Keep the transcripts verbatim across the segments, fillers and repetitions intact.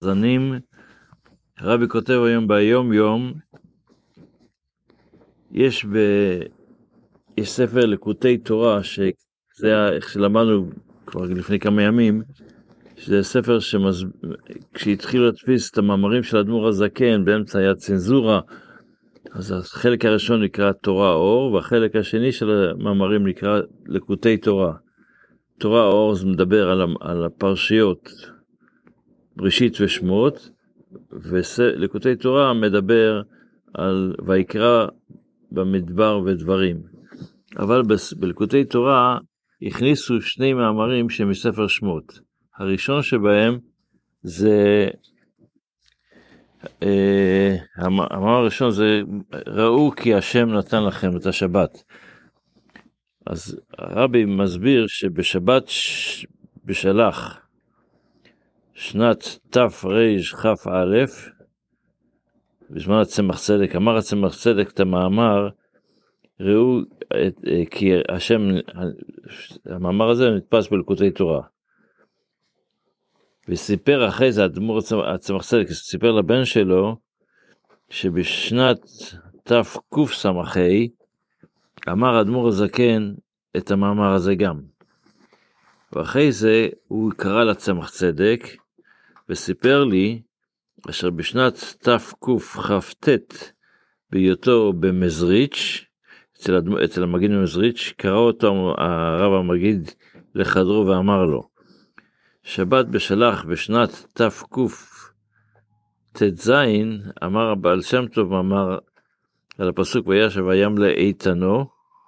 זנים, הרבי כותב היום ביום יום, יש, ב... יש ספר לקוטי תורה, שזה איך שלמדנו כבר לפני כמה ימים, שזה ספר שכשהתחילו להדפיס את המאמרים של האדמו"ר הזקן, באמצע היה צנזורה, אז החלק הראשון נקרא תורה אור, והחלק השני של המאמרים נקרא לקוטי תורה. תורה אור זה מדבר על, על הפרשיות, בראשית ושמות, ולקוטי תורה מדבר על ויקרא במדבר ודברים. אבל בלקוטי תורה הכניסו שני מאמרים שמספר שמות. הראשון שבהם זה, אה, המאמר הראשון זה, ראו כי השם נתן לכם את השבת. אז הרבי מסביר שבשבת ש... בשלח, שנת תרכ"א, בזמן הצמח צדק, אמר הצמח צדק את המאמר, ראו את, כי השם, המאמר הזה נתפס בלקוטי תורה. וסיפר אחרי זה, האדמו"ר הצמח צדק, סיפר לבן שלו, שבשנת תקס"ה, אמר האדמו"ר הזקן את המאמר הזה גם. ואחרי זה הוא קרא לצמח צדק, וסיפר לי, אשר בשנת תקכ"ט, בהיותו במזריץ', אצל, אצל המגיד במזריץ', קרא אותו הרב המגיד לחדרו ואמר לו, שבת בשלח בשנת תקט"ז, אמר הבעל שם טוב, אמר על הפסוק וישב הים לאיתנו,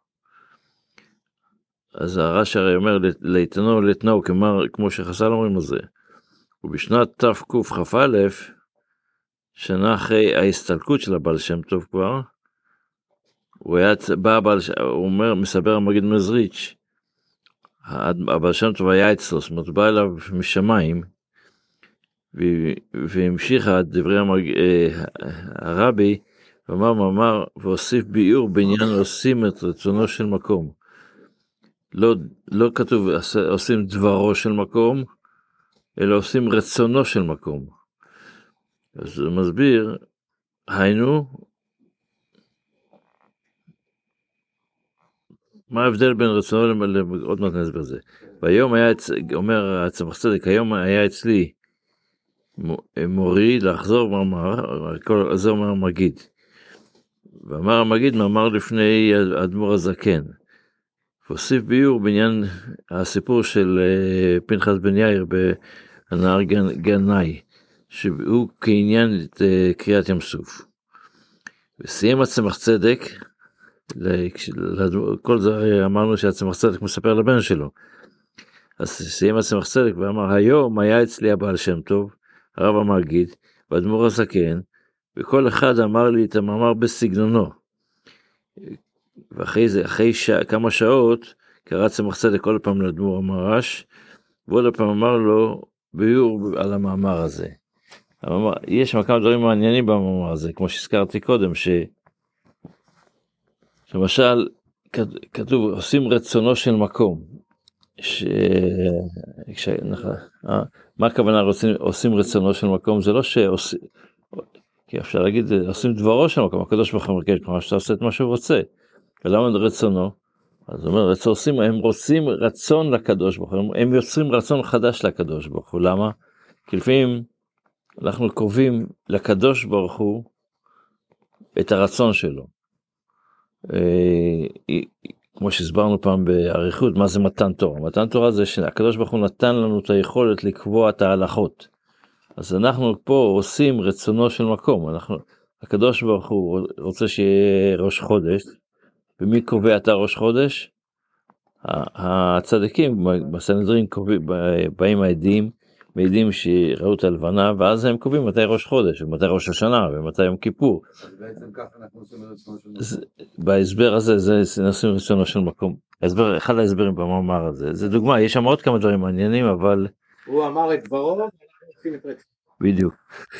אז הרש"י הרי אומר לאיתנו לתנאו, כמו שחז"ל אומרים על זה. ובשנת תקכ"א, שנה אחרי ההסתלקות של הבעל שם טוב כבר, הוא היה בא הבעל, הוא אומר, מסבר המגיד מזריץ', הבעל שם טוב היה אצלו, זאת אומרת, בא אליו משמיים, והמשיכה דברי המג... הרבי, ואמר מאמר, והוסיף ביאור בעניין עושים את רצונו של מקום. לא, לא כתוב עושים דברו של מקום, אלא עושים רצונו של מקום. אז הוא מסביר, היינו, מה ההבדל בין רצונו, עוד מעט נסביר זה. והיום היה, אומר הצמח צדק, היום היה אצלי מורי לחזור מאמר, זה אומר המגיד. ואמר המגיד מאמר לפני האדמו"ר הזקן. והוסיף ביור בעניין הסיפור של פנחס בן יאיר בנהר גנאי, שהוא כעניין את קריאת ים סוף. וסיים הצמח צדק, כל זה אמרנו שהצמח צדק מספר לבן שלו, אז סיים הצמח צדק ואמר, היום היה אצלי הבעל שם טוב, הרב המגיד, והאדמו"ר הזקן, וכל אחד אמר לי את המאמר בסגנונו. ואחרי זה, אחרי שע, כמה שעות, קרא צמח צדק כל פעם לאדמו"ר המרש, ועוד פעם אמר לו ביור על המאמר הזה. המאמר, יש כמה דברים מעניינים במאמר הזה, כמו שהזכרתי קודם, ש... למשל, כתוב, עושים רצונו של מקום. ש... ש... מה הכוונה רוצים, עושים רצונו של מקום? זה לא שעושים, כי אפשר להגיד, עושים דברו של מקום, הקדוש ברוך הוא מבקש, כלומר שאתה עושה את מה שהוא רוצה. ולמה רצונו? אז הוא אומר, רצון עושים, הם רוצים רצון לקדוש ברוך הוא, הם יוצרים רצון חדש לקדוש ברוך הוא. למה? כי לפעמים אנחנו קובעים לקדוש ברוך הוא את הרצון שלו. כמו שהסברנו פעם בעריכות, מה זה מתן תורה? מתן תורה זה שהקדוש ברוך הוא נתן לנו את היכולת לקבוע את ההלכות. אז אנחנו פה עושים רצונו של מקום. אנחנו, הקדוש ברוך הוא רוצה שיהיה ראש חודש, ומי קובע את הראש חודש? הצדיקים בסנהדרין באים העדים, מעידים שראו את הלבנה, ואז הם קובעים מתי ראש חודש, ומתי ראש השנה, ומתי יום כיפור. בעצם ככה אנחנו עושים רצונו של מקום. בהסבר הזה, זה נשים רצונו של מקום. הסבר, אחד ההסברים במאמר הזה, זה דוגמה, יש שם עוד כמה דברים מעניינים, אבל... הוא אמר את דברו, ואנחנו עושים את רצונו. בדיוק.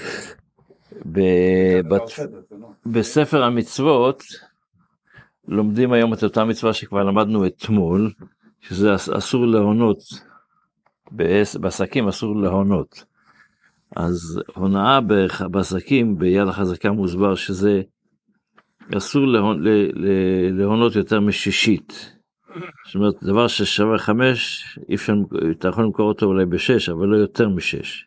בספר המצוות, לומדים היום את אותה מצווה שכבר למדנו אתמול, שזה אסור להונות, בעסקים אסור להונות. אז הונאה בעסקים, ביד החזקה מוסבר שזה אסור להונ, להונות יותר משישית. זאת אומרת, דבר ששווה חמש, אי אפשר, אתה יכול למכור אותו אולי בשש, אבל לא יותר משש.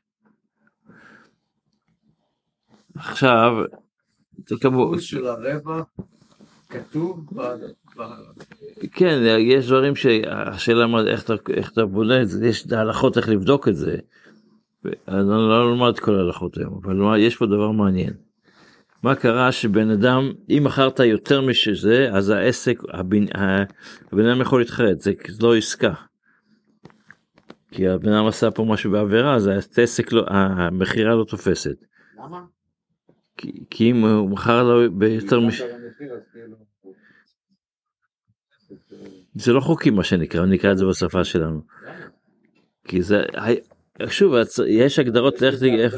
עכשיו, תקבו... של הרבע כתוב ב... כן, יש דברים שהשאלה איך אתה, איך אתה בונה את זה, יש הלכות איך לבדוק את זה. אני לא לומד את כל ההלכות היום, אבל יש פה דבר מעניין. מה קרה שבן אדם, אם מכרת יותר משזה, אז העסק, הבן, הבן אדם יכול להתחרט, זה לא עסקה. כי הבן אדם עשה פה משהו בעבירה, אז העסק לא, המחירה לא תופסת. למה? כי, כי אם הוא מכר לו ביותר מש... זה לא חוקי מה שנקרא, נקרא את זה בשפה שלנו. כי זה, שוב, יש הגדרות איך... איך...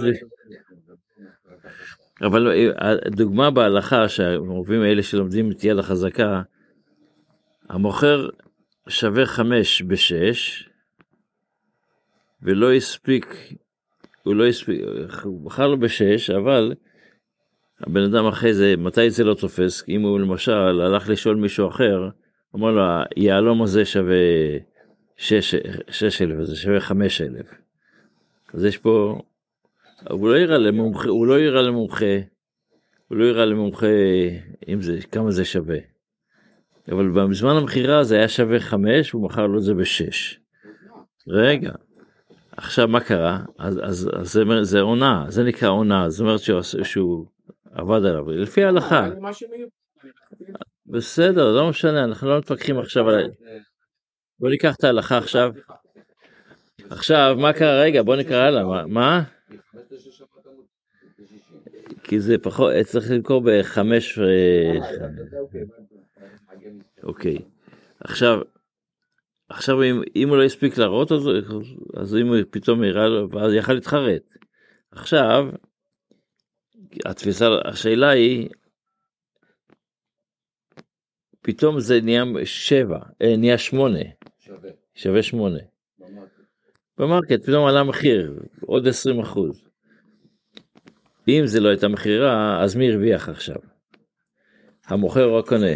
אבל הדוגמה בהלכה שהמובילים האלה שלומדים את יד החזקה, המוכר שווה חמש בשש, ולא הספיק, הוא לא הספיק, הוא בחר לו בשש, אבל הבן אדם אחרי זה, מתי זה לא תופס? אם הוא למשל הלך לשאול מישהו אחר, אמר לו, היעלום הזה שווה שש, שש אלף, זה שווה חמש אלף. אז יש פה... הוא לא יראה למומחה, הוא לא יראה למומחה, הוא לא יראה למומחה אם זה, כמה זה שווה. אבל בזמן המחירה זה היה שווה חמש, הוא מכר לו את זה בשש. רגע, עכשיו מה קרה? אז, אז, אז זה, זה עונה, זה נקרא עונה, זאת אומרת שהוא, שהוא עבד עליו, לפי ההלכה. בסדר, לא משנה, אנחנו לא מתווכחים עכשיו על... בוא ניקח את ההלכה עכשיו. עכשיו, מה קרה? רגע, בוא נקרא לה, מה? מה? כי זה פחות, צריך למכור בחמש... אוקיי. עכשיו, עכשיו אם, אם הוא לא הספיק להראות אותו, אז אם הוא פתאום יראה לו, אז יכל להתחרט. עכשיו, התפיסה, השאלה היא, פתאום זה נהיה שבע, נהיה שמונה. שווה. שווה שמונה. במרקט, פתאום עלה מחיר, עוד עשרים אחוז. אם זה לא הייתה מחירה, אז מי הרוויח עכשיו? המוכר או הקונה?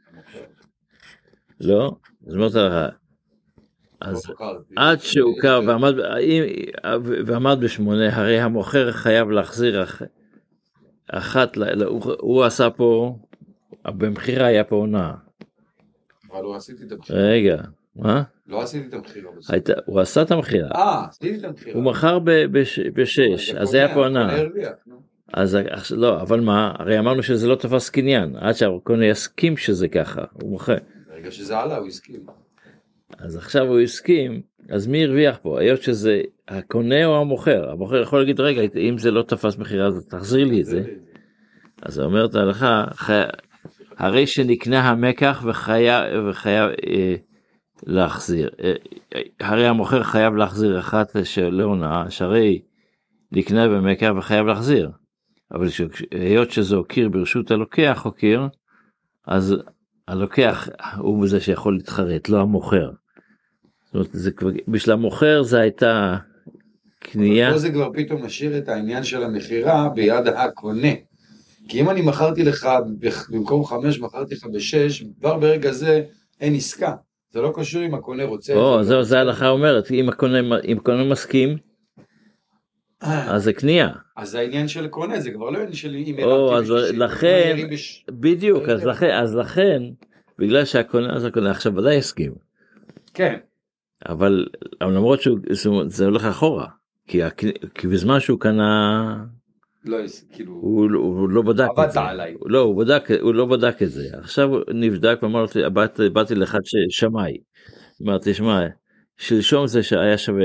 לא? זאת אומרת לך, אז עד שהוא קר ועמד, ועמד בשמונה, הרי המוכר חייב להחזיר אחת, הוא עשה פה, במחירה היה פה עונה. אבל לא עשיתי את המחירה. רגע, מה? לא עשיתי את המחירה. הוא עשה את המחירה. אה, עשיתי את המחירה. הוא מכר בשש, אז זה היה פה עונה. אז לא, אבל מה, הרי אמרנו שזה לא תפס קניין, עד שהקונה יסכים שזה ככה, הוא מוכר. ברגע שזה עלה, הוא הסכים. אז עכשיו הוא הסכים, אז מי הרוויח פה? היות שזה הקונה או המוכר? המוכר יכול להגיד, רגע, אם זה לא תפס מחירה, אז תחזיר לי את זה. אז הוא אומר את ההלכה, הרי שנקנה המקח וחייב, וחייב אה, להחזיר. אה, הרי המוכר חייב להחזיר אחת של הונאה, שהרי נקנה במקח וחייב להחזיר. אבל היות שזו קיר ברשות הלוקח או קיר, אז הלוקח הוא זה שיכול להתחרט, לא המוכר. זאת אומרת, זה כבר, בשביל המוכר זה הייתה קנייה. אבל פה זה כבר פתאום משאיר את העניין של המחירה ביד הקונה. כי אם אני מכרתי לך, במקום חמש מכרתי לך בשש, כבר ברגע זה אין עסקה. זה לא קשור אם הקונה רוצה. או, זהו, זה ההלכה אומרת, אם הקונה מסכים, אז זה קנייה. אז העניין של קונה, זה כבר לא עניין של אם או, אז לכן, בדיוק, אז לכן, בגלל שהקונה, אז הקונה עכשיו ודאי הסכים. כן. אבל למרות שזה הולך אחורה, כי בזמן שהוא קנה... לא, כאילו... הוא לא בדק את זה. לא, הוא לא בדק את זה. עכשיו הוא נבדק ואמר לי, באתי לאחד שמאי. אמרתי, שמע, שלשום זה היה שווה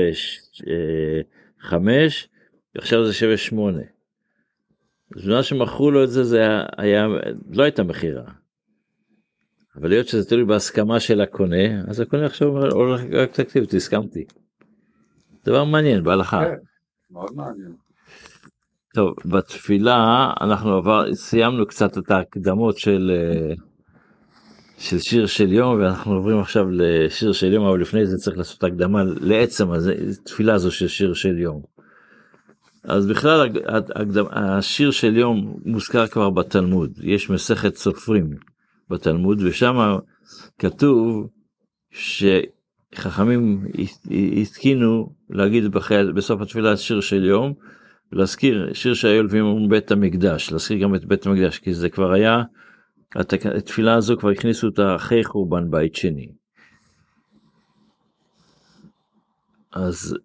חמש, ועכשיו זה שווה שמונה. בזמן שמכרו לו את זה, זה היה, לא הייתה מחירה. אבל להיות שזה תלוי בהסכמה של הקונה, אז הקונה עכשיו אומר, רק תקטיב, תסכמתי. דבר מעניין, בהלכה. כן, מאוד מעניין. טוב, בתפילה אנחנו עבר, סיימנו קצת את ההקדמות של, של שיר של יום, ואנחנו עוברים עכשיו לשיר של יום, אבל לפני זה צריך לעשות הקדמה לעצם הזה, תפילה הזו של שיר של יום. אז בכלל השיר של יום מוזכר כבר בתלמוד, יש מסכת סופרים בתלמוד, ושם כתוב שחכמים התקינו להגיד בסוף התפילה שיר של יום, להזכיר שיר שהיו לבים בית המקדש, להזכיר גם את בית המקדש, כי זה כבר היה, התפילה הזו כבר הכניסו אותה אחרי חורבן בית שני. אז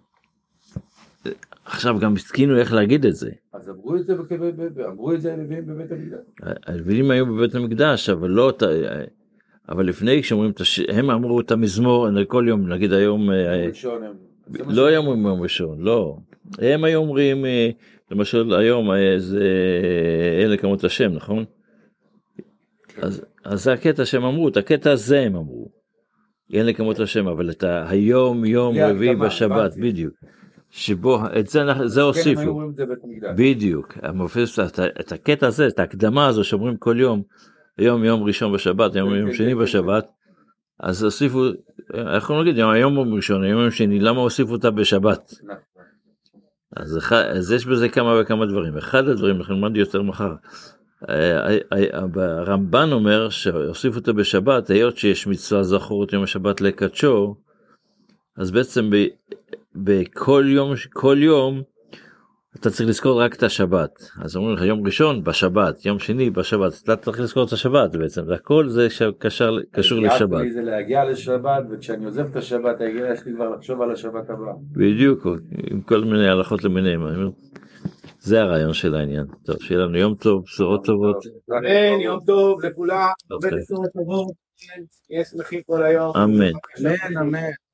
עכשיו גם התקינו איך להגיד את זה. אז אמרו את זה, אמרו את זה הלוויים בבית המקדש. הלוויים היו בבית המקדש, אבל לא, אבל לפני כשאומרים, הם אמרו את המזמור, כל יום, נגיד היום, לא היום אומרים יום ראשון, לא. הם היו אומרים, למשל היום, זה אלה כמות השם, נכון? אז זה הקטע שהם אמרו, את הקטע הזה הם אמרו. אלה כמות השם, אבל את היום, יום, רביעי בשבת, בדיוק. שבו, את זה, זה הוסיפו, בדיוק, את הקטע הזה, את ההקדמה הזו שאומרים כל יום, היום יום ראשון בשבת, יום יום שני בשבת, אז הוסיפו, אנחנו נגיד, היום יום ראשון, היום יום שני, למה הוסיפו אותה בשבת? אז, אז יש בזה כמה וכמה דברים, אחד הדברים, אנחנו נלמד יותר מחר, הרמב"ן אומר שהוסיפו אותה בשבת, היות שיש מצווה זכור את יום השבת לקדשו, אז בעצם ב, בכל יום, כל יום, אתה צריך לזכור רק את השבת. אז אומרים לך, יום ראשון בשבת, יום שני בשבת, אתה צריך לזכור את השבת בעצם, והכל זה קשר, קשור לשבת. זה להגיע לשבת, וכשאני עוזב את השבת, יש לי כבר לחשוב על השבת הבאה. בדיוק, עם כל מיני הלכות למיניהם. זה הרעיון של העניין. טוב, שיהיה לנו יום טוב, בשורות טובות. אמן, יום טוב לכולם, הרבה בשורות טובות, יהיה שמחים כל היום. אמן. אמן, אמן.